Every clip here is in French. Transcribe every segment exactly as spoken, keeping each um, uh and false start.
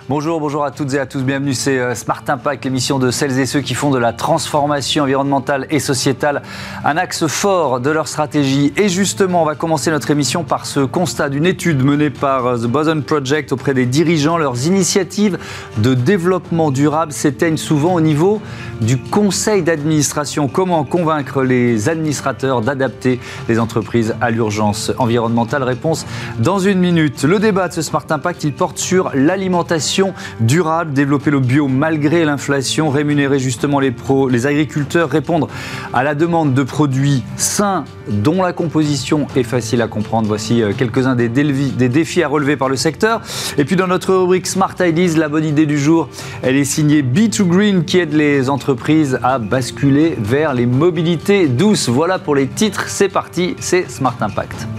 Bonjour, bonjour à toutes et à tous, bienvenue, c'est Smart Impact, l'émission de celles et ceux qui font de la transformation environnementale et sociétale un axe fort de leur stratégie. Et justement, on va commencer notre émission par ce constat d'une étude menée par The Boson Project auprès des dirigeants. Leurs initiatives de développement durable s'éteignent souvent au niveau du conseil d'administration. Comment convaincre les administrateurs d'adapter les entreprises à l'urgence environnementale? Réponse dans une minute. Le débat de ce Smart Impact, il porte sur l'alimentation durable, développer le bio malgré l'inflation, rémunérer justement les pros, les agriculteurs, répondre à la demande de produits sains dont la composition est facile à comprendre. Voici quelques-uns des, défi, des défis à relever par le secteur. Et puis dans notre rubrique Smart Ideas, la bonne idée du jour, elle est signée B deux Green qui aide les entreprises à basculer vers les mobilités douces. Voilà pour les titres, c'est parti, c'est Smart Impact.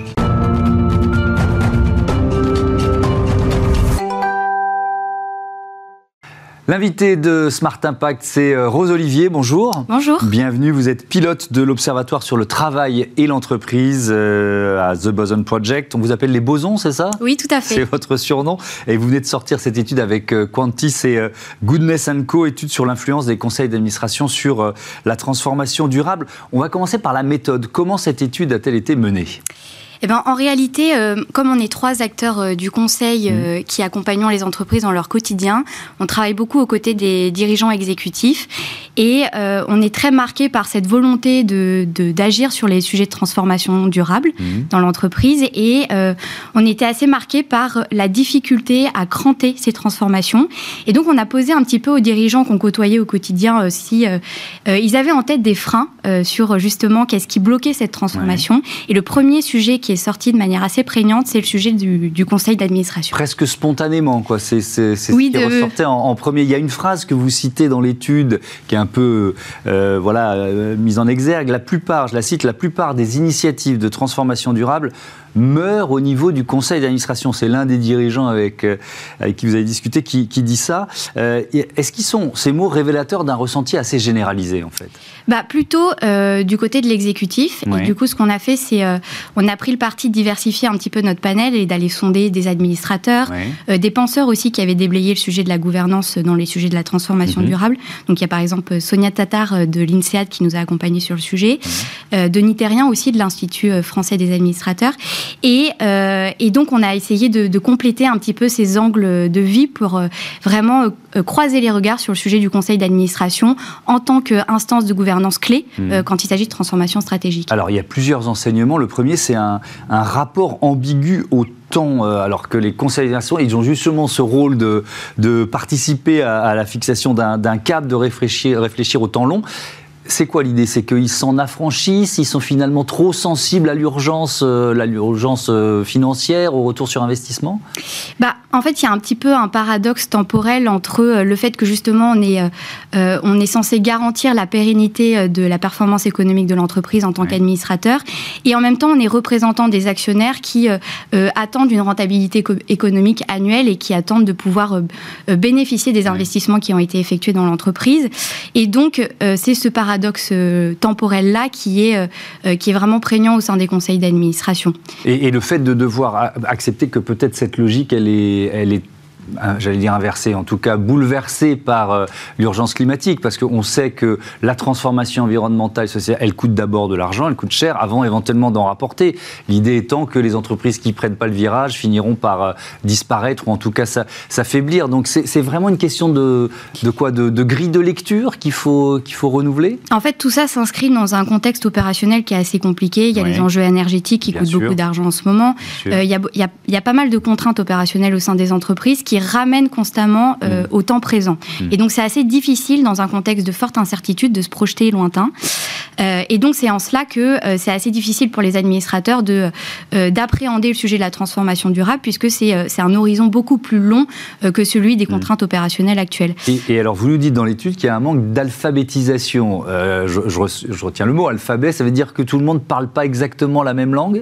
L'invité de Smart Impact, c'est Rose Olivier. Bonjour. Bonjour. Bienvenue. Vous êtes pilote de l'Observatoire sur le travail et l'entreprise euh, à The Boson Project. On vous appelle les bosons, c'est ça? Oui, tout à fait. C'est votre surnom. Et vous venez de sortir cette étude avec euh, Quantis et euh, Goodness and Co, étude sur l'influence des conseils d'administration sur euh, la transformation durable. On va commencer par la méthode. Comment cette étude a-t-elle été menée? Eh ben, en réalité, euh, comme on est trois acteurs euh, du conseil euh, qui accompagnons les entreprises dans leur quotidien, on travaille beaucoup aux côtés des dirigeants exécutifs et euh, on est très marqué par cette volonté de, de, d'agir sur les sujets de transformation durable mmh. dans l'entreprise et euh, on était assez marqué par la difficulté à cranter ces transformations. Et donc, on a posé un petit peu aux dirigeants qu'on côtoyait au quotidien euh, si euh, euh, ils avaient en tête des freins euh, sur justement qu'est-ce qui bloquait cette transformation. Ouais. Et le premier sujet qui est sorti de manière assez prégnante, c'est le sujet du, du conseil d'administration. Presque spontanément, quoi. C'est, c'est, c'est oui, ce qui de... ressortait en, en premier. Il y a une phrase que vous citez dans l'étude qui est un peu euh, voilà, euh, mise en exergue. La plupart, je la cite, la plupart des initiatives de transformation durable meurent au niveau du conseil d'administration. C'est l'un des dirigeants avec, euh, avec qui vous avez discuté qui, qui dit ça. Euh, est-ce qu'ils sont, ces mots, révélateurs d'un ressenti assez généralisé, en fait? Bah, plutôt euh, du côté de l'exécutif. Ouais. Et du coup, ce qu'on a fait, c'est euh, on a pris le parti de diversifier un petit peu notre panel et d'aller sonder des administrateurs, ouais. euh, des penseurs aussi qui avaient déblayé le sujet de la gouvernance dans les sujets de la transformation mm-hmm. durable. Donc, il y a par exemple Sonia Tatar de l'INSEAD qui nous a accompagnés sur le sujet, mm-hmm. euh, Denis Terrien aussi de l'Institut français des administrateurs. Et, euh, et donc, on a essayé de, de compléter un petit peu ces angles de vie pour euh, vraiment euh, croiser les regards sur le sujet du conseil d'administration en tant qu'instance de gouvernance clé mmh. euh, quand il s'agit de transformation stratégique. Alors, il y a plusieurs enseignements. Le premier, c'est un, un rapport ambigu au temps, euh, alors que les conseils d'administration, ils ont justement ce rôle de, de participer à, à la fixation d'un, d'un cap, de réfléchir, réfléchir au temps long. C'est quoi l'idée? C'est qu'ils s'en affranchissent, ils sont finalement trop sensibles à l'urgence, euh, à l'urgence euh, financière, au retour sur investissement? Bah, en fait, il y a un petit peu un paradoxe temporel entre euh, le fait que justement on est, euh, on est censé garantir la pérennité de la performance économique de l'entreprise en tant ouais. qu'administrateur, et en même temps on est représentant des actionnaires qui euh, euh, attendent une rentabilité co- économique annuelle et qui attendent de pouvoir euh, bénéficier des ouais. investissements qui ont été effectués dans l'entreprise. Et donc euh, c'est ce paradoxe temporel-là qui est, euh, qui est vraiment prégnant au sein des conseils d'administration. Et, et le fait de devoir accepter que peut-être cette logique, elle est, elle est j'allais dire inversée, en tout cas bouleversée par euh, l'urgence climatique, parce qu'on sait que la transformation environnementale, sociale, elle coûte d'abord de l'argent, elle coûte cher, avant éventuellement d'en rapporter. L'idée étant que les entreprises qui ne prennent pas le virage finiront par euh, disparaître, ou en tout cas s'affaiblir. Donc c'est, c'est vraiment une question de, de quoi de, de grille de lecture qu'il faut, qu'il faut renouveler? En fait, tout ça s'inscrit dans un contexte opérationnel qui est assez compliqué. Il y a ouais. les enjeux énergétiques qui Bien coûtent sûr. beaucoup d'argent en ce moment. Euh, il, y a, il, y a, il y a pas mal de contraintes opérationnelles au sein des entreprises qui ramène constamment euh, mmh. au temps présent. Mmh. Et donc, c'est assez difficile, dans un contexte de forte incertitude, de se projeter lointain. Euh, et donc, c'est en cela que euh, c'est assez difficile pour les administrateurs de, euh, d'appréhender le sujet de la transformation durable, puisque c'est, euh, c'est un horizon beaucoup plus long euh, que celui des contraintes mmh. opérationnelles actuelles. Et, et alors, vous nous dites dans l'étude qu'il y a un manque d'alphabétisation. Euh, je, je, je retiens le mot, alphabet, ça veut dire que tout le monde ne parle pas exactement la même langue?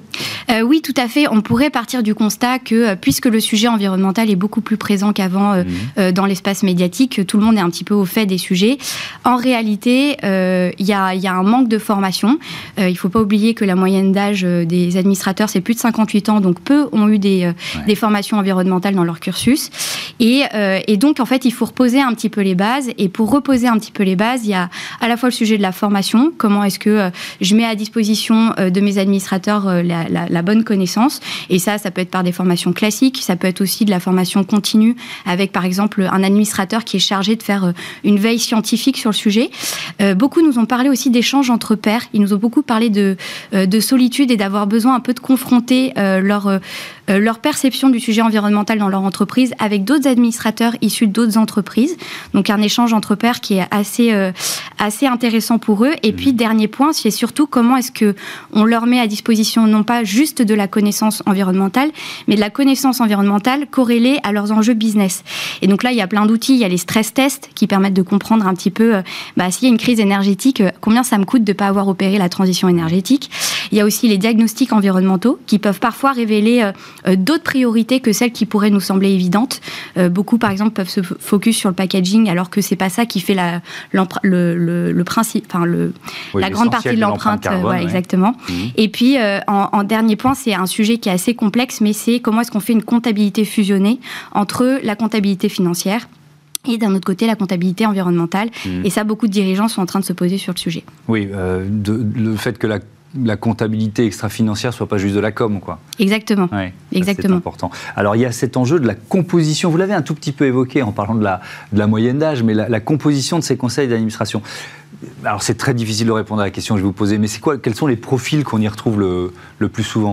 Euh, oui, tout à fait. On pourrait partir du constat que, euh, puisque le sujet environnemental est beaucoup plus présent qu'avant euh, mmh. euh, dans l'espace médiatique, tout le monde est un petit peu au fait des sujets. En réalité, il euh, y, y a un manque de formation. Euh, il ne faut pas oublier que la moyenne d'âge des administrateurs, c'est plus de cinquante-huit ans, donc peu ont eu des, euh, ouais. des formations environnementales dans leur cursus. Et, euh, et donc, en fait, il faut reposer un petit peu les bases. Et pour reposer un petit peu les bases, il y a à la fois le sujet de la formation. Comment est-ce que euh, je mets à disposition euh, de mes administrateurs euh, la, la, la bonne connaissance. Et ça, ça peut être par des formations classiques. Ça peut être aussi de la formation continue avec, par exemple, un administrateur qui est chargé de faire euh, une veille scientifique sur le sujet. Euh, beaucoup nous ont parlé aussi d'échanges entre pairs. Ils nous ont beaucoup parlé de, euh, de solitude et d'avoir besoin un peu de confronter euh, leur, euh, leur perception du sujet environnemental dans leur entreprise avec d'autres administrateurs issus d'autres entreprises. Donc, un échange entre pairs qui est assez, euh, assez intéressant pour eux. Et puis, dernier point, c'est surtout comment est-ce qu'on leur met à disposition non pas juste de la connaissance environnementale, mais de la connaissance environnementale corrélée à leurs enjeux business. Et donc là, il y a plein d'outils. Il y a les stress tests qui permettent de comprendre un petit peu, euh, bah, s'il y a une crise énergétique, euh, combien ça me coûte de ne pas avoir opéré la transition énergétique. Il y a aussi les diagnostics environnementaux qui peuvent parfois révéler euh, euh, d'autres priorités que celles qui pourraient nous sembler évidentes. Euh, beaucoup, par exemple, peuvent se focus sur le packaging alors que c'est pas ça qui fait la, le, le, le principe, enfin le, oui, la grande partie de l'empreinte. carbone, euh, ouais, ouais. Exactement. Mmh. Et puis, euh, en, en dernier point, c'est un sujet qui est assez complexe, mais c'est comment est-ce qu'on fait une comptabilité fusionnée entre la comptabilité financière et d'un autre côté, la comptabilité environnementale. Mmh. Et ça, beaucoup de dirigeants sont en train de se poser sur le sujet. Oui, euh, de, le fait que la, la comptabilité extra-financière ne soit pas juste de la com, quoi. Exactement. Ouais, Exactement. C'est important. Alors, il y a cet enjeu de la composition. Vous l'avez un tout petit peu évoqué en parlant de la, de la moyenne d'âge, mais la, la composition de ces conseils d'administration. Alors, c'est très difficile de répondre à la question que je vais vous poser, mais c'est quoi, quels sont les profils qu'on y retrouve le, le plus souvent ?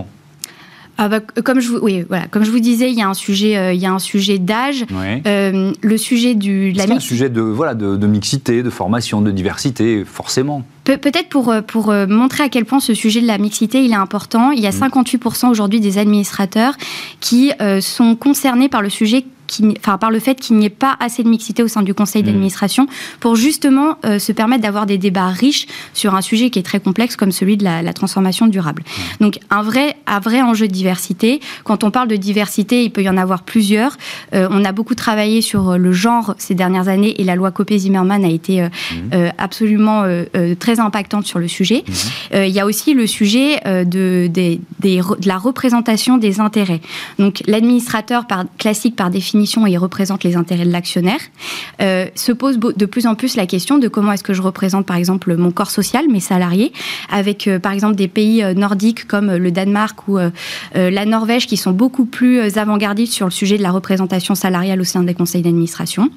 Ah bah, comme, je vous, oui, voilà. Comme je vous disais, il y a un sujet, euh, il y a un sujet d'âge. Oui. Euh, le sujet du... La c'est mix... un sujet de, voilà, de, de mixité, de formation, de diversité, forcément. Pe- peut-être pour, pour montrer à quel point ce sujet de la mixité, il est important. Il y a cinquante-huit pour cent aujourd'hui des administrateurs qui euh, sont concernés par le sujet Qui, enfin, par le fait qu'il n'y ait pas assez de mixité au sein du conseil d'administration mmh. pour justement euh, se permettre d'avoir des débats riches sur un sujet qui est très complexe comme celui de la, la transformation durable. Mmh. Donc un vrai, un vrai enjeu de diversité. Quand on parle de diversité, il peut y en avoir plusieurs. Euh, on a beaucoup travaillé sur le genre ces dernières années et la loi Copé-Zimmermann a été euh, mmh. euh, absolument euh, euh, très impactante sur le sujet. Mmh. Euh, il y a aussi le sujet euh, de, de, de, de la représentation des intérêts. Donc l'administrateur par, classique par définition et il représente les intérêts de l'actionnaire, euh, se pose de plus en plus la question de comment est-ce que je représente par exemple mon corps social, mes salariés, avec euh, par exemple des pays euh, nordiques comme le Danemark ou euh, euh, la Norvège qui sont beaucoup plus euh, avant-gardistes sur le sujet de la représentation salariale au sein des conseils d'administration.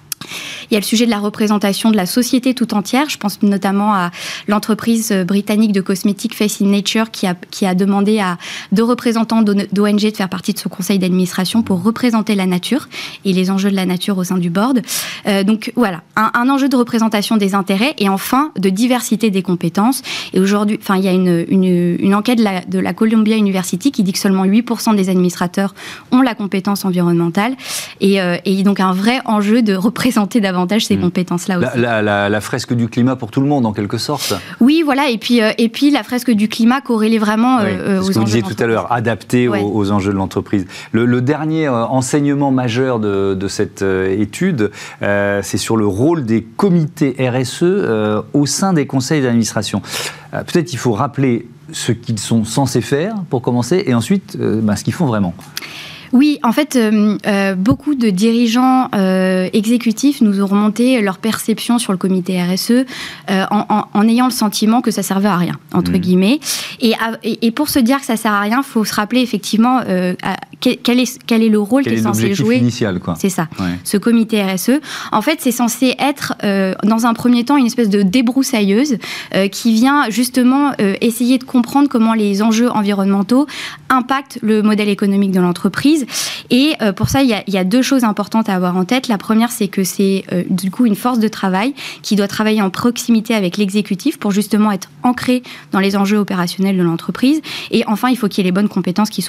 Il y a le sujet de la représentation de la société tout entière. Je pense notamment à l'entreprise britannique de cosmétiques Face in Nature qui a, qui a demandé à deux représentants d'O N G de faire partie de son conseil d'administration pour représenter la nature et les enjeux de la nature au sein du board. Euh, donc voilà, un, un enjeu de représentation des intérêts et enfin de diversité des compétences. Et aujourd'hui, enfin, il y a une, une, une enquête de la, de la Columbia University qui dit que seulement huit pour cent des administrateurs ont la compétence environnementale et, euh, et donc un vrai enjeu de représenter davantage ces mmh. compétences-là aussi. La, la, la fresque du climat pour tout le monde, en quelque sorte. Oui, voilà, et puis, euh, et puis la fresque du climat corrélée vraiment oui, euh, aux enjeux. Ce que vous disiez tout à l'heure, adaptée ouais. aux, aux enjeux de l'entreprise. Le, le dernier euh, enseignement majeur de, de cette euh, étude, euh, c'est sur le rôle des comités R S E euh, au sein des conseils d'administration. Euh, peut-être il faut rappeler ce qu'ils sont censés faire, pour commencer, et ensuite euh, ben, ce qu'ils font vraiment. Oui, en fait, euh, euh, beaucoup de dirigeants euh, exécutifs nous ont remonté leur perception sur le comité R S E euh, en, en, en ayant le sentiment que ça servait à rien, entre mmh. guillemets. Et, à, et, et pour se dire que ça sert à rien, il faut se rappeler effectivement euh, à, quel, est, quel est le rôle quel qui est, est censé jouer. Initial, quoi. C'est ça, ouais. ce comité R S E. En fait, c'est censé être, euh, dans un premier temps, une espèce de débroussailleuse euh, qui vient justement euh, essayer de comprendre comment les enjeux environnementaux impactent le modèle économique de l'entreprise. Et euh, pour ça, il y, a, il y a deux choses importantes à avoir en tête. La première, c'est que c'est euh, du coup une force de travail qui doit travailler en proximité avec l'exécutif pour justement être ancré dans les enjeux opérationnels de l'entreprise. Et enfin, il faut qu'il y ait les bonnes compétences qui soient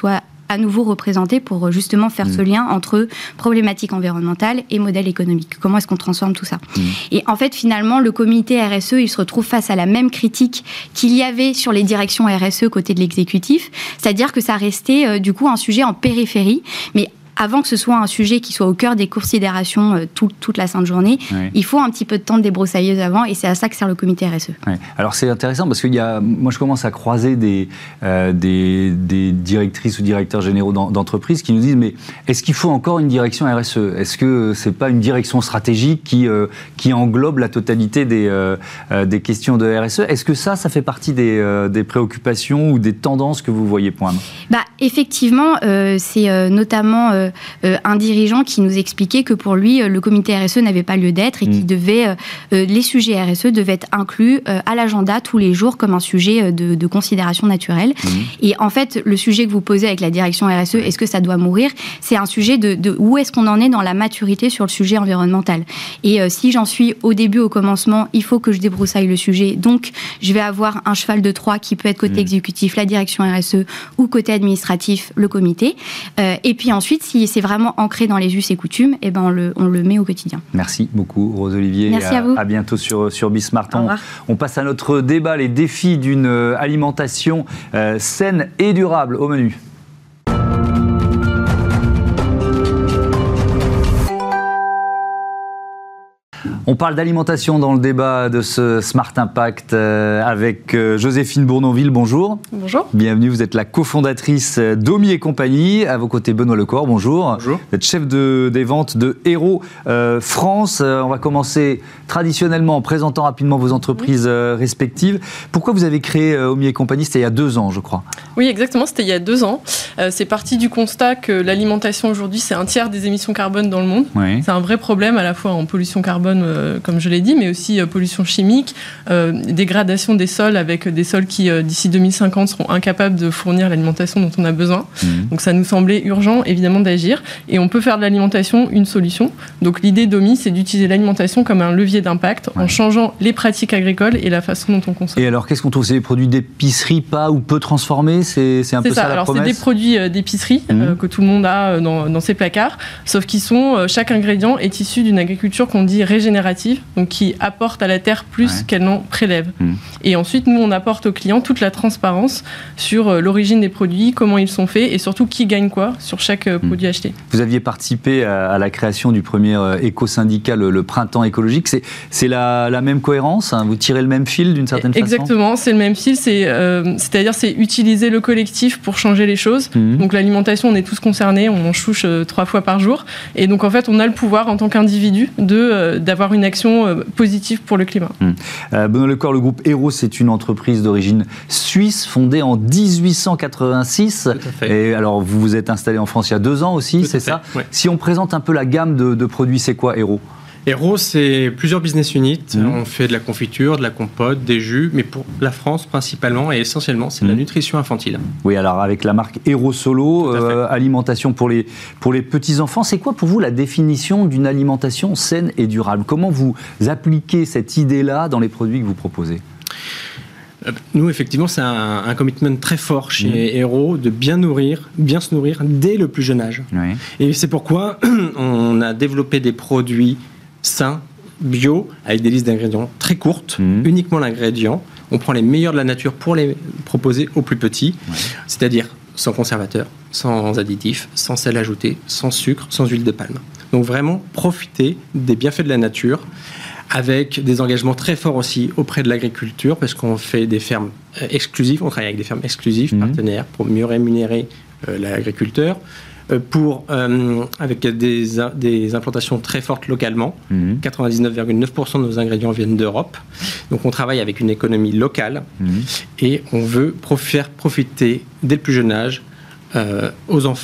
à nouveau représentés pour justement faire mmh. ce lien entre problématiques environnementales et modèle économique. Comment est-ce qu'on transforme tout ça ? mmh. Et en fait, finalement, le comité R S E, il se retrouve face à la même critique qu'il y avait sur les directions R S E côté de l'exécutif, c'est-à-dire que ça restait euh, du coup un sujet en périphérie, mais avant que ce soit un sujet qui soit au cœur des considérations euh, tout, toute la sainte journée, oui. il faut un petit peu de temps de débroussailleuse avant, et c'est à ça que sert le comité R S E. Oui. Alors c'est intéressant parce que y a, moi je commence à croiser des, euh, des, des directrices ou directeurs généraux d'entreprises qui nous disent mais est-ce qu'il faut encore une direction R S E ? Est-ce que c'est pas une direction stratégique qui, euh, qui englobe la totalité des, euh, des questions de R S E ? Est-ce que ça, ça fait partie des, euh, des préoccupations ou des tendances que vous voyez poindre ? Bah, effectivement, euh, c'est euh, notamment... Euh, Euh, un dirigeant qui nous expliquait que pour lui, euh, le comité R S E n'avait pas lieu d'être et mmh. qu'il devait, euh, les sujets R S E devaient être inclus euh, à l'agenda tous les jours comme un sujet de, de considération naturelle. Mmh. Et en fait, le sujet que vous posez avec la direction R S E, est-ce que ça doit mourir ? C'est un sujet de, de où est-ce qu'on en est dans la maturité sur le sujet environnemental. Et euh, si j'en suis au début, au commencement, il faut que je débroussaille le sujet. Donc, je vais avoir un cheval de Troie qui peut être côté mmh. exécutif, la direction R S E, ou côté administratif, le comité. Euh, et puis ensuite, si Si c'est vraiment ancré dans les us et coutumes, eh ben on, le, on le met au quotidien. Merci beaucoup, Rose Olivier. Merci à, à vous. À bientôt sur, sur Bismart. On, on passe à notre débat, les défis d'une alimentation euh, saine et durable au menu. On parle d'alimentation dans le débat de ce Smart Impact euh, avec euh, Joséphine Bournonville. Bonjour. Bonjour. Bienvenue, vous êtes la cofondatrice d'Omi et compagnie. À vos côtés, Benoît Lecor. Bonjour. Bonjour. Vous êtes chef de, des ventes de Héros euh, France. Euh, on va commencer traditionnellement en présentant rapidement vos entreprises euh, respectives. Pourquoi vous avez créé euh, Omi et compagnie ? C'était il y a deux ans, je crois. Oui, exactement. C'était il y a deux ans. Euh, c'est parti du constat que l'alimentation aujourd'hui, c'est un tiers des émissions carbone dans le monde. Oui. C'est un vrai problème à la fois en pollution carbone, euh, comme je l'ai dit, mais aussi euh, pollution chimique, euh, dégradation des sols avec des sols qui, euh, d'ici deux mille cinquante, seront incapables de fournir l'alimentation dont on a besoin. Mmh. Donc ça nous semblait urgent, évidemment, d'agir. Et on peut faire de l'alimentation une solution. Donc l'idée d'Omi, c'est d'utiliser l'alimentation comme un levier d'impact ouais. en changeant les pratiques agricoles et la façon dont on consomme. Et alors, qu'est-ce qu'on trouve ? C'est des produits d'épicerie pas ou peu transformés ? C'est, c'est un c'est peu ça, ça la alors promesse ? C'est des produits euh, d'épicerie mmh. euh, que tout le monde a dans, dans ses placards, sauf qu'ils sont, euh, chaque ingrédient est issu d'une agriculture qu'on dit régénérative, donc qui apporte à la terre plus ouais. qu'elle n'en prélève. Mmh. Et ensuite, nous, on apporte aux clients toute la transparence sur euh, l'origine des produits, comment ils sont faits et surtout qui gagne quoi sur chaque euh, produit mmh. acheté. Vous aviez participé à, à la création du premier euh, éco-syndicat, le, le Printemps écologique. C'est, c'est la, la même cohérence, hein ? Vous tirez le même fil d'une certaine façon ? Exactement, c'est le même fil. C'est, euh, c'est-à-dire, c'est utiliser le collectif pour changer les choses. Mmh. Donc l'alimentation, on est tous concernés, on en chouche euh, trois fois par jour. Et donc en fait, on a le pouvoir en tant qu'individu de, euh, d'avoir une action euh, positive pour le climat. Mmh. Euh, Benoît Lecor, le groupe Héros, c'est une entreprise d'origine suisse, fondée en dix-huit cent quatre-vingt-six. Tout à fait. Et alors, vous vous êtes installé en France il y a deux ans aussi, Tout c'est ça ouais. Si on présente un peu la gamme de, de produits, c'est quoi Héros ? Héros, c'est plusieurs business units. Mmh. On fait de la confiture, de la compote, des jus, mais pour la France principalement et essentiellement, c'est mmh. de la nutrition infantile. Oui, alors avec la marque Héros Solo, euh, alimentation pour les, pour les petits-enfants. C'est quoi pour vous la définition d'une alimentation saine et durable ? Comment vous appliquez cette idée-là dans les produits que vous proposez ? Nous, effectivement, c'est un, un commitment très fort chez mmh. Héros de bien nourrir, bien se nourrir dès le plus jeune âge. Oui. Et c'est pourquoi on a développé des produits sains, bio, avec des listes d'ingrédients très courtes, mmh. uniquement l'ingrédient. On prend les meilleurs de la nature pour les proposer aux plus petits, ouais. c'est-à-dire sans conservateur, sans additifs, sans sel ajouté, sans sucre, sans huile de palme. Donc vraiment, profiter des bienfaits de la nature, avec des engagements très forts aussi auprès de l'agriculture, parce qu'on fait des fermes exclusives, on travaille avec des fermes exclusives, mmh. partenaires, pour mieux rémunérer euh, l'agriculteur, pour, euh, avec des, des implantations très fortes localement. Mmh. quatre-vingt-dix-neuf virgule neuf pour cent de nos ingrédients viennent d'Europe. Donc on travaille avec une économie locale mmh. et on veut prof- faire profiter dès le plus jeune âge euh, aux enfants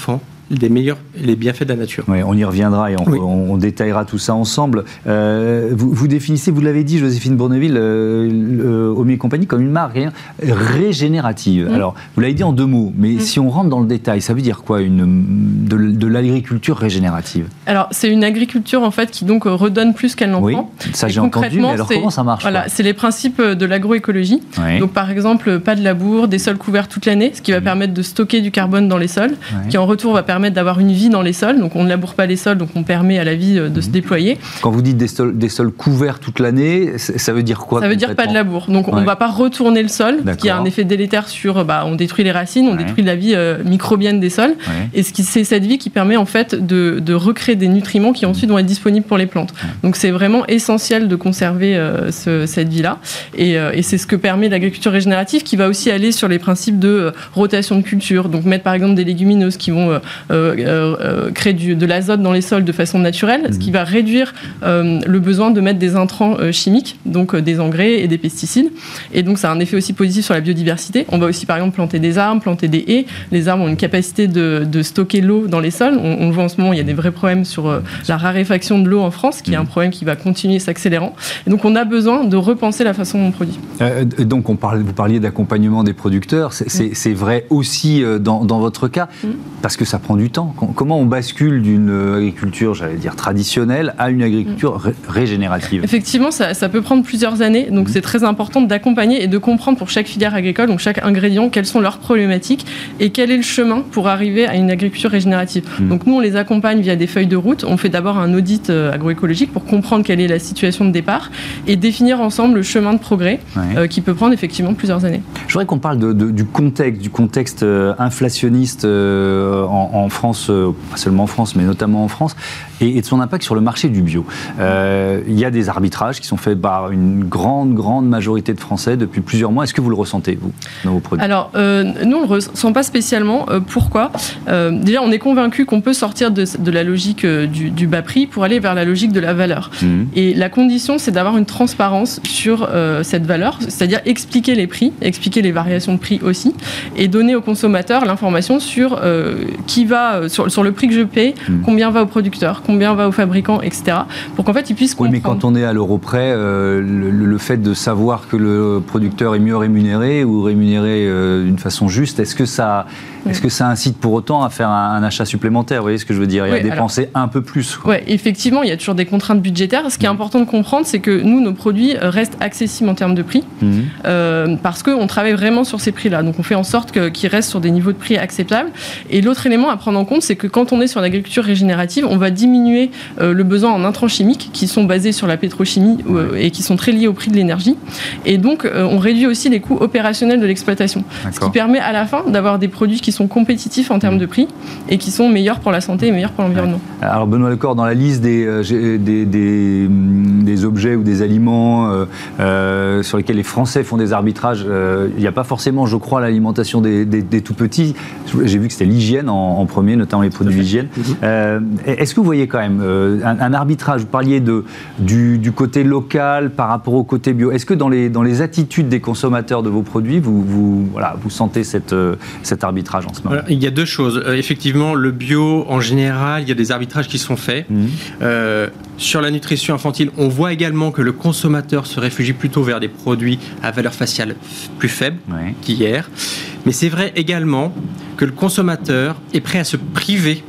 des meilleurs, les bienfaits de la nature. Oui, on y reviendra et on, oui. on, on détaillera tout ça ensemble. Euh, vous, vous définissez, vous l'avez dit, Joséphine Bourneville, euh, le Omni et compagnie comme une marque hein, régénérative. Mmh. Alors, vous l'avez dit en deux mots, mais mmh. si on rentre dans le détail, ça veut dire quoi une, de, de l'agriculture régénérative? Alors, c'est une agriculture en fait qui donc redonne plus qu'elle n'en oui, prend. Ça j'ai entendu, mais alors comment ça marche? Voilà, c'est les principes de l'agroécologie. Oui. Donc, par exemple, pas de labour, des sols couverts toute l'année, ce qui va mmh. permettre de stocker du carbone dans les sols, oui. qui en retour va permettre d'avoir une vie dans les sols. Donc on ne laboure pas les sols, donc on permet à la vie de mmh. se déployer. Quand vous dites des sols, des sols couverts toute l'année, ça veut dire quoi? Ça veut dire pas de labour. Donc ouais. on ne va pas retourner le sol, ce qui a un effet délétère sur, bah, on détruit les racines, on ouais. détruit la vie euh, microbienne des sols. Ouais. Et ce qui, c'est cette vie qui permet en fait de, de recréer des nutriments qui ensuite vont être disponibles pour les plantes. Ouais. Donc c'est vraiment essentiel de conserver euh, ce, cette vie-là. Et, euh, et c'est ce que permet l'agriculture régénérative, qui va aussi aller sur les principes de euh, rotation de culture. Donc mettre par exemple des légumineuses qui vont euh, euh, Euh, créer du, de l'azote dans les sols de façon naturelle, mmh. ce qui va réduire euh, le besoin de mettre des intrants euh, chimiques, donc euh, des engrais et des pesticides. Et donc ça a un effet aussi positif sur la biodiversité. On va aussi par exemple planter des arbres, planter des haies. Les arbres ont une capacité de, de stocker l'eau dans les sols. On, on le voit en ce moment, il y a des vrais problèmes sur euh, la raréfaction de l'eau en France, qui mmh. est un problème qui va continuer s'accélérant. Et donc on a besoin de repenser la façon dont on produit. Euh, donc on parle, vous parliez d'accompagnement des producteurs. C'est, c'est, mmh. c'est vrai aussi euh, dans, dans votre cas, mmh. parce que ça prend du temps. Comment on bascule d'une agriculture, j'allais dire traditionnelle, à une agriculture ré- régénérative? Effectivement, ça, ça peut prendre plusieurs années. Donc, mmh. c'est très important d'accompagner et de comprendre pour chaque filière agricole, donc chaque ingrédient, quelles sont leurs problématiques et quel est le chemin pour arriver à une agriculture régénérative. Mmh. Donc, nous, on les accompagne via des feuilles de route. On fait d'abord un audit euh, agroécologique pour comprendre quelle est la situation de départ et définir ensemble le chemin de progrès ouais. euh, qui peut prendre effectivement plusieurs années. Je voudrais qu'on parle de, de, du contexte, du contexte euh, inflationniste euh, en, en France, euh, pas seulement en France, mais notamment en France, et, et de son impact sur le marché du bio. Euh, il y a des arbitrages qui sont faits par une grande, grande majorité de Français depuis plusieurs mois. Est-ce que vous le ressentez, vous, dans vos produits? Alors, euh, nous, on ne le ressent pas spécialement. Euh, pourquoi euh, Déjà, on est convaincu qu'on peut sortir de, de la logique euh, du, du bas prix pour aller vers la logique de la valeur. Mmh. Et la condition, c'est d'avoir une transparence sur euh, cette valeur, c'est-à-dire expliquer les prix, expliquer les variations de prix aussi, et donner aux consommateurs l'information sur euh, qui va, sur, sur le prix que je paye, mmh. combien va aux producteurs, combien va aux fabricants, et cetera. Pour qu'en fait, ils puissent comprendre. Oui, mais quand on est à l'euro près, euh, le, le fait de savoir que le producteur est mieux rémunéré ou rémunéré euh, d'une façon juste, est-ce que ça... Est-ce que ça incite pour autant à faire un, un achat supplémentaire? Vous voyez ce que je veux dire? Et oui, à dépenser alors, un peu plus. Oui, effectivement, il y a toujours des contraintes budgétaires. Ce qui est mmh. important de comprendre, c'est que nous, nos produits restent accessibles en termes de prix, mmh. euh, parce qu'on travaille vraiment sur ces prix-là. Donc, on fait en sorte que, qu'ils restent sur des niveaux de prix acceptables. Et l'autre élément à prendre en compte, c'est que quand on est sur l'agriculture régénérative, on va diminuer euh, le besoin en intrants chimiques qui sont basés sur la pétrochimie euh, et qui sont très liés au prix de l'énergie. Et donc, euh, on réduit aussi les coûts opérationnels de l'exploitation. D'accord. Ce qui permet à la fin d'avoir des produits qui sont compétitifs en termes de prix et qui sont meilleurs pour la santé et meilleurs pour l'environnement. Ouais. Alors Benoît Lecor, dans la liste des, euh, des, des, des objets ou des aliments euh, euh, sur lesquels les Français font des arbitrages, euh, il n'y a pas forcément, je crois, l'alimentation des, des, des tout-petits. J'ai vu que c'était l'hygiène en, en premier, notamment les produits d'hygiène. Mmh. Euh, est-ce que vous voyez quand même euh, un, un arbitrage, vous parliez de, du, du côté local par rapport au côté bio, est-ce que dans les, dans les attitudes des consommateurs de vos produits, vous, vous, voilà, vous sentez cette, euh, cet arbitrage en ce moment? Il y a deux choses. Euh, effectivement, le bio, en général, il y a des arbitrages qui sont faits. Mmh. Euh, sur la nutrition infantile, on voit également que le consommateur se réfugie plutôt vers des produits à valeur faciale plus faible ouais. qu'hier. Mais c'est vrai également que le consommateur est prêt à se priver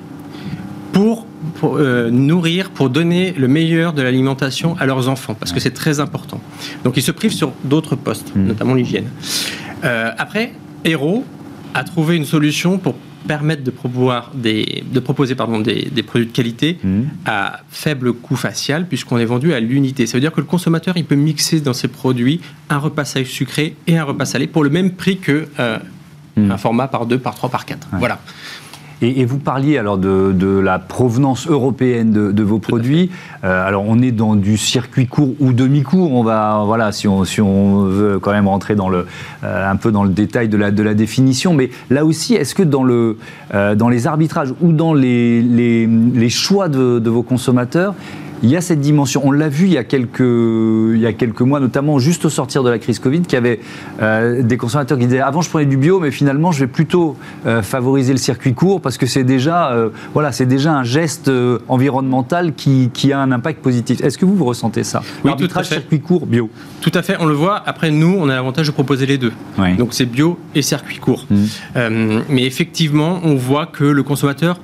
pour, pour euh, nourrir, pour donner le meilleur de l'alimentation à leurs enfants, parce que c'est très important. Donc ils se privent sur d'autres postes, mmh. notamment l'hygiène. Euh, après, Hérault a trouvé une solution pour permettre de, des, de proposer pardon, des, des produits de qualité mmh. à faible coût facial, puisqu'on est vendu à l'unité. Ça veut dire que le consommateur il peut mixer dans ses produits un repas salé sucré et un repas salé pour le même prix que euh, mmh. un format par deux, par trois, par quatre. Ouais. Voilà. Et, et vous parliez alors de, de la provenance européenne de, de vos produits. Euh, alors on est dans du circuit court ou demi-court. On va, voilà, si on, si on veut quand même rentrer dans le, euh, un peu dans le détail de la, de la définition. Mais là aussi, est-ce que dans, le, euh, dans les arbitrages ou dans les, les, les choix de, de vos consommateurs, il y a cette dimension. On l'a vu il y a quelques, il y a quelques mois, notamment juste au sortir de la crise Covid, qu'il y avait euh, des consommateurs qui disaient avant je prenais du bio, mais finalement je vais plutôt euh, favoriser le circuit court parce que c'est déjà, euh, voilà, c'est déjà un geste euh, environnemental qui, qui a un impact positif. Est-ce que vous, vous ressentez ça? Oui, L'arbitrage circuit court, bio. Tout à fait, on le voit. Après, nous, on a l'avantage de proposer les deux. Oui. Donc c'est bio et circuit court. Mmh. Euh, mais effectivement, on voit que le consommateur,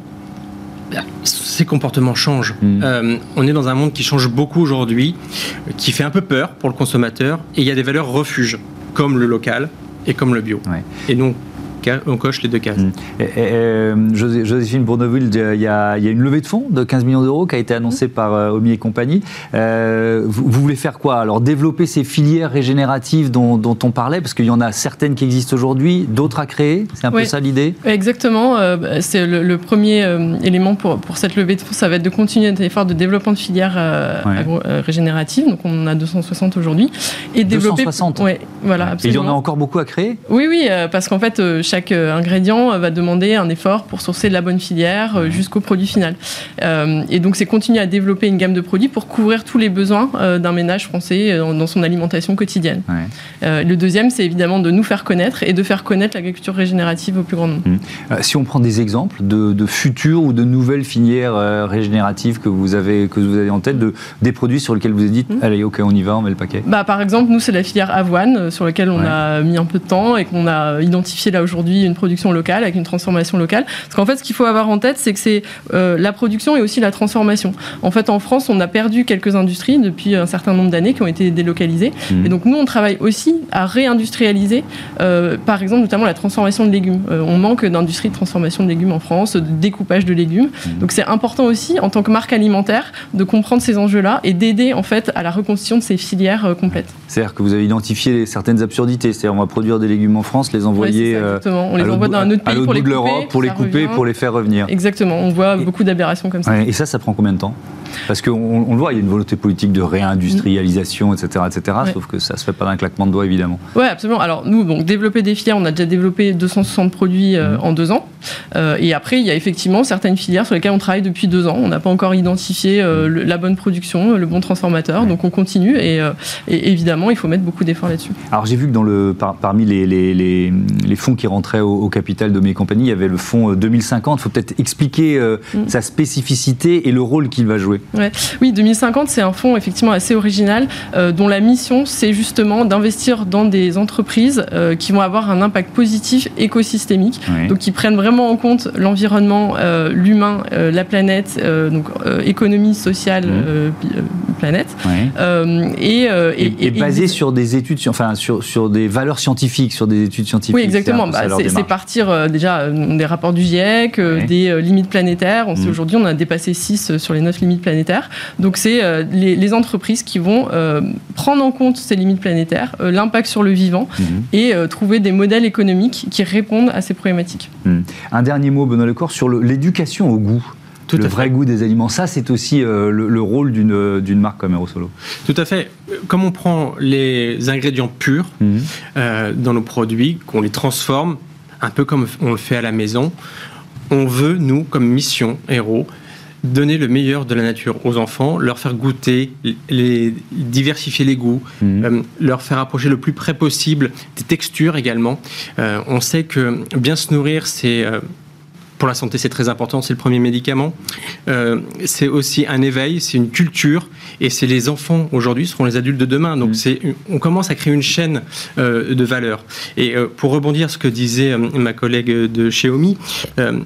ses comportements changent. Mmh. Euh, on est dans un monde qui change beaucoup aujourd'hui, qui fait un peu peur pour le consommateur, et il y a des valeurs refuges, comme le local et comme le bio. Ouais. Et donc, on coche les deux cases. Mmh. Et, et, et, Joséphine Bourneville, il y, a, il y a une levée de fonds de quinze millions d'euros qui a été annoncée mmh. par euh, Omi et compagnie. Euh, vous, vous voulez faire quoi? Alors, développer ces filières régénératives dont, dont on parlait, parce qu'il y en a certaines qui existent aujourd'hui, d'autres à créer. C'est un oui. peu ça l'idée? Exactement. Euh, c'est le, le premier euh, élément pour, pour cette levée de fonds, ça va être de continuer notre effort de développement de filières euh, ouais. agro, euh, régénératives. Donc, on en a deux cent soixante aujourd'hui. Et développer... deux cent soixante ouais, voilà, absolument. Et il y en a encore beaucoup à créer? Oui, oui, euh, parce qu'en fait, euh, chaque ingrédient va demander un effort pour sourcer de la bonne filière euh, jusqu'au produit final. Euh, et donc, c'est continuer à développer une gamme de produits pour couvrir tous les besoins euh, d'un ménage français euh, dans son alimentation quotidienne. Ouais. Euh, le deuxième, c'est évidemment de nous faire connaître et de faire connaître l'agriculture régénérative au plus grand nombre. Mmh. Euh, si on prend des exemples de, de futures ou de nouvelles filières euh, régénératives que vous avez que vous avez en tête, de, des produits sur lesquels vous avez dit mmh. allez, ok, on y va, on met le paquet. Bah, par exemple, nous, c'est la filière avoine euh, sur laquelle on ouais. a mis un peu de temps et qu'on a identifié là aujourd'hui une production locale avec une transformation locale. Parce qu'en fait, ce qu'il faut avoir en tête, c'est que c'est euh, la production et aussi la transformation. En fait, en France, on a perdu quelques industries depuis un certain nombre d'années qui ont été délocalisées. Mmh. Et donc, nous, on travaille aussi à réindustrialiser, euh, par exemple, notamment la transformation de légumes. Euh, on manque d'industrie de transformation de légumes en France, de découpage de légumes. Mmh. Donc, c'est important aussi, en tant que marque alimentaire, de comprendre ces enjeux-là et d'aider, en fait, à la reconstitution de ces filières euh, complètes. C'est-à-dire que vous avez identifié certaines absurdités. C'est-à-dire, on va produire des légumes en France, les envoyer... Ouais, exactement. On les envoie dans un autre pays pour les couper, l'Europe, pour les couper, revient. Pour les faire revenir. Exactement, on voit et, beaucoup d'aberrations comme ça. Ouais, et ça, ça prend combien de temps? Parce qu'on on le voit, il y a une volonté politique de réindustrialisation, et cetera, et cetera. Ouais. Sauf que ça ne se fait pas d'un claquement de doigts, évidemment. Oui, absolument. Alors, nous, donc, développer des filières, on a déjà développé deux cent soixante produits euh, mmh. en deux ans. Euh, et après, il y a effectivement certaines filières sur lesquelles on travaille depuis deux ans. On n'a pas encore identifié euh, le, la bonne production, le bon transformateur. Mmh. Donc, on continue. Et, euh, et évidemment, il faut mettre beaucoup d'efforts là-dessus. Alors, j'ai vu que dans le, par, parmi les, les, les, les fonds qui rentraient au, au capital de mes compagnies, il y avait le fonds deux mille cinquante. Il faut peut-être expliquer euh, mmh. sa spécificité et le rôle qu'il va jouer. Ouais. Oui, deux mille cinquante, c'est un fonds effectivement assez original euh, dont la mission, c'est justement d'investir dans des entreprises euh, qui vont avoir un impact positif écosystémique, oui. donc qui prennent vraiment en compte l'environnement, euh, l'humain, euh, la planète, euh, donc euh, économie sociale, mmh. euh, planète, oui. euh, et, euh, et, et, et basé et, sur des études, enfin sur, sur des valeurs scientifiques, sur des études scientifiques. Oui, exactement. Bah, c'est, c'est partir euh, déjà euh, des rapports du GIEC, euh, oui. des euh, limites planétaires. On mmh. sait aujourd'hui, on a dépassé six sur les neuf limites planétaires. Donc c'est euh, les, les entreprises qui vont euh, prendre en compte ces limites planétaires, euh, l'impact sur le vivant mmh. et euh, trouver des modèles économiques qui répondent à ces problématiques. Mmh. Un dernier mot, Benoît Lecor, sur le, l'éducation au goût. Tout le vrai fait. Goût des aliments, ça c'est aussi euh, le, le rôle d'une, d'une marque comme Aero-Solo. Tout à fait. Comme on prend les ingrédients purs mmh. euh, dans nos produits, qu'on les transforme, un peu comme on le fait à la maison, on veut, nous, comme mission Aero, donner le meilleur de la nature aux enfants, leur faire goûter, les, diversifier les goûts, mmh. euh, leur faire approcher le plus près possible des textures également. Euh, on sait que bien se nourrir, c'est... Euh, pour la santé, c'est très important, c'est le premier médicament. Euh, c'est aussi un éveil, c'est une culture, et c'est les enfants aujourd'hui seront les adultes de demain. Donc, mmh. c'est, on commence à créer une chaîne euh, de valeur. Et euh, pour rebondir sur ce que disait euh, ma collègue de chez Omi, euh,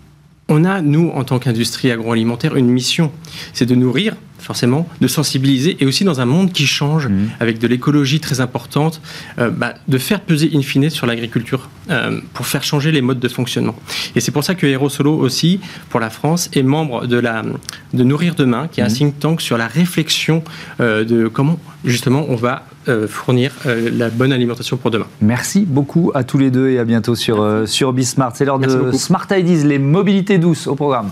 on a, nous, en tant qu'industrie agroalimentaire, une mission, c'est de nourrir, forcément, de sensibiliser, et aussi dans un monde qui change, mmh. avec de l'écologie très importante, euh, bah, de faire peser in fine sur l'agriculture, euh, pour faire changer les modes de fonctionnement. Et c'est pour ça que Aero-Solo aussi, pour la France, est membre de, la, de Nourrir Demain, qui est mmh. un think tank sur la réflexion euh, de comment, justement, on va euh, fournir euh, la bonne alimentation pour demain. Merci beaucoup à tous les deux et à bientôt sur, euh, sur Bismart. C'est l'heure Merci de beaucoup. Smart Ideas, les mobilités douces au programme.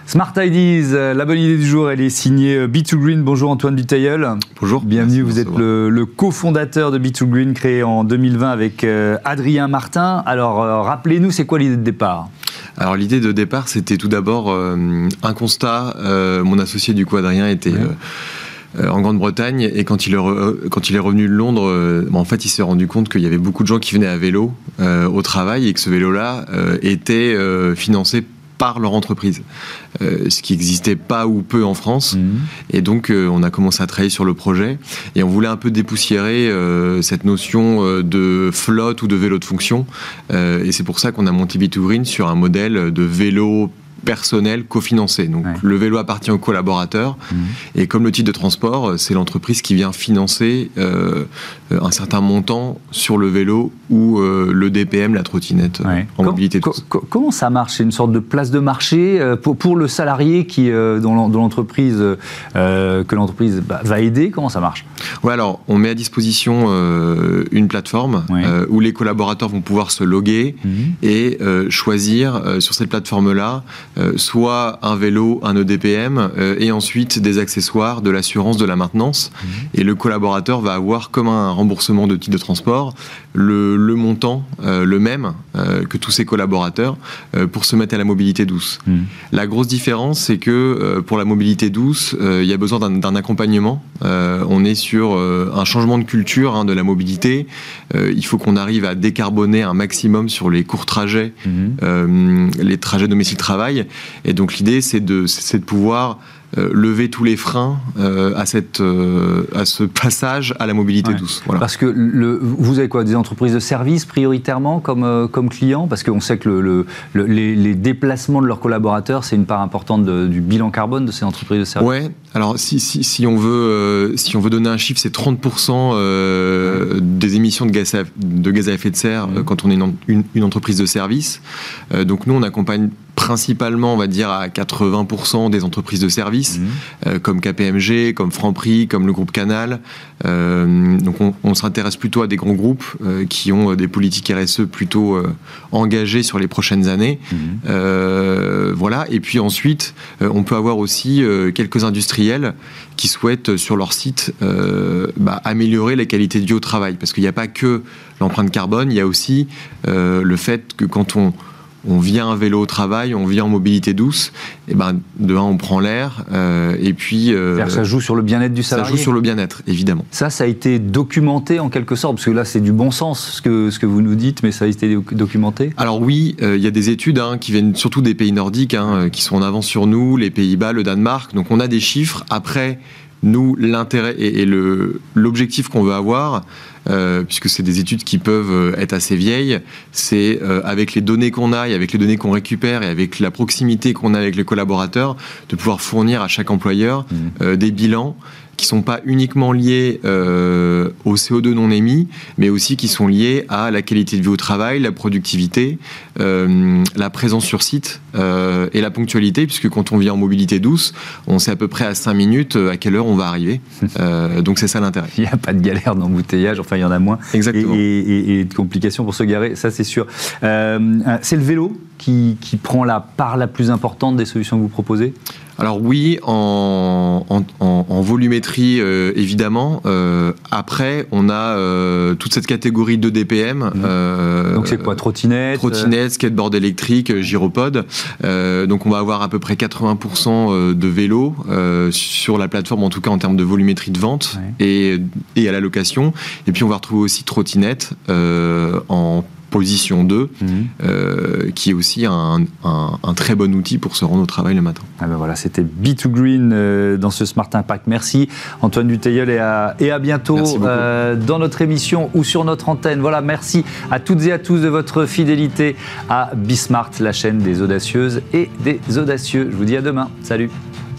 Smart Ideas, la bonne idée du jour, elle est signée B deux Green. Bonjour Antoine Dutheilleul. Bonjour. Bienvenue, vous êtes le, le cofondateur de B deux Green, créé en deux mille vingt avec euh, Adrien Martin. Alors, euh, rappelez-nous, c'est quoi l'idée de départ ? Alors, l'idée de départ, c'était tout d'abord euh, un constat. Euh, mon associé, du coup, Adrien, était... Ouais. Euh, en Grande-Bretagne, et quand il est, re, quand il est revenu de Londres, euh, bon, en fait, il s'est rendu compte qu'il y avait beaucoup de gens qui venaient à vélo euh, au travail, et que ce vélo-là euh, était euh, financé par leur entreprise, euh, ce qui n'existait pas ou peu en France. Mmh. Et donc, euh, on a commencé à travailler sur le projet, et on voulait un peu dépoussiérer euh, cette notion euh, de flotte ou de vélo de fonction. Euh, et c'est pour ça qu'on a monté B deux Green sur un modèle de vélo personnel cofinancé. Donc ouais. Le vélo appartient au collaborateur mmh. et comme le titre de transport, c'est l'entreprise qui vient financer euh, un certain montant sur le vélo ou euh, le D P M, la trottinette ouais. en Com- mobilité. Com- com- comment ça marche ? C'est une sorte de place de marché euh, pour, pour le salarié qui, euh, dont, dont l'entreprise, euh, que l'entreprise bah, va aider. Comment ça marche ? Ouais, alors on met à disposition euh, une plateforme ouais. euh, où les collaborateurs vont pouvoir se loguer mmh. et euh, choisir euh, sur cette plateforme-là Euh, soit un vélo, un E D P M, euh, et ensuite des accessoires, de l'assurance, de la maintenance. Mmh. Et le collaborateur va avoir comme un remboursement de titre de transport le, le montant, euh, le même euh, que tous ses collaborateurs, euh, pour se mettre à la mobilité douce. Mmh. La grosse différence, c'est que euh, pour la mobilité douce, il euh, y a besoin d'un, d'un accompagnement. Euh, on est sur euh, un changement de culture hein, de la mobilité. Euh, il faut qu'on arrive à décarboner un maximum sur les courts trajets, mmh. euh, les trajets domicile-travail. Et donc l'idée, c'est de, c'est de pouvoir euh, lever tous les freins euh, à, cette, euh, à ce passage à la mobilité ouais. douce. Voilà. Parce que le, vous avez quoi, des entreprises de services prioritairement comme, euh, comme clients ? Parce qu'on sait que le, le, le, les, les déplacements de leurs collaborateurs, c'est une part importante de, du bilan carbone de ces entreprises de services. Ouais. Alors si, si, si, on veut, euh, si on veut donner un chiffre, c'est trente pour cent euh, ouais. des émissions de gaz à, de gaz à effet de serre mmh. euh, quand on est une, une, une entreprise de service. Euh, donc nous, on accompagne principalement, on va dire, à quatre-vingts pour cent des entreprises de services, mmh. euh, comme K P M G, comme Franprix, comme le groupe Canal. Euh, donc on, on s'intéresse plutôt à des grands groupes euh, qui ont des politiques R S E plutôt euh, engagées sur les prochaines années. Mmh. Euh, voilà. Et puis ensuite, euh, on peut avoir aussi euh, quelques industriels qui souhaitent sur leur site euh, bah, améliorer la qualité de vie au travail. Parce qu'il n'y a pas que l'empreinte carbone, il y a aussi euh, le fait que quand on on vient en vélo au travail, on vient en mobilité douce, et ben de un, on prend l'air, euh, et puis... Euh, ça joue sur le bien-être du salarié. Ça joue sur le bien-être, évidemment. Ça, ça a été documenté en quelque sorte, parce que là, c'est du bon sens, ce que, ce que vous nous dites, mais ça a été documenté ? Alors oui, il euh, y a des études hein, qui viennent surtout des pays nordiques, hein, qui sont en avance sur nous, les Pays-Bas, le Danemark, donc on a des chiffres. Après, nous, l'intérêt et, et le, l'objectif qu'on veut avoir... Euh, puisque c'est des études qui peuvent être assez vieilles, c'est euh, avec les données qu'on a et avec les données qu'on récupère et avec la proximité qu'on a avec les collaborateurs, de pouvoir fournir à chaque employeur mmh. euh, des bilans qui ne sont pas uniquement liés euh, au C O deux non émis, mais aussi qui sont liés à la qualité de vie au travail, la productivité, euh, la présence sur site euh, et la ponctualité, puisque quand on vient en mobilité douce, on sait à peu près à cinq minutes à quelle heure on va arriver. Euh, donc c'est ça l'intérêt. Il n'y a pas de galère d'embouteillage, enfin il y en a moins. Exactement. Et, et, et de complications pour se garer, ça c'est sûr. Euh, c'est le vélo qui, qui prend la part la plus importante des solutions que vous proposez ? Alors oui, en, en, en, en volumétrie, euh, évidemment. Euh, après, on a euh, toute cette catégorie de D P M. Mmh. Euh, donc c'est quoi, trottinette Trottinette, skateboard électrique, gyropode. Euh, donc on va avoir à peu près quatre-vingts pour cent de vélos euh, sur la plateforme, en tout cas en termes de volumétrie de vente ouais. et, et à la location. Et puis on va retrouver aussi trottinette euh, en position deux, mmh. euh, qui est aussi un, un, un très bon outil pour se rendre au travail le matin. Ah ben voilà, c'était B deux Green euh, dans ce Smart Impact. Merci Antoine Dutheilleul et à, et à bientôt euh, dans notre émission ou sur notre antenne. Voilà, merci à toutes et à tous de votre fidélité à Bismart, la chaîne des audacieuses et des audacieux. Je vous dis à demain. Salut.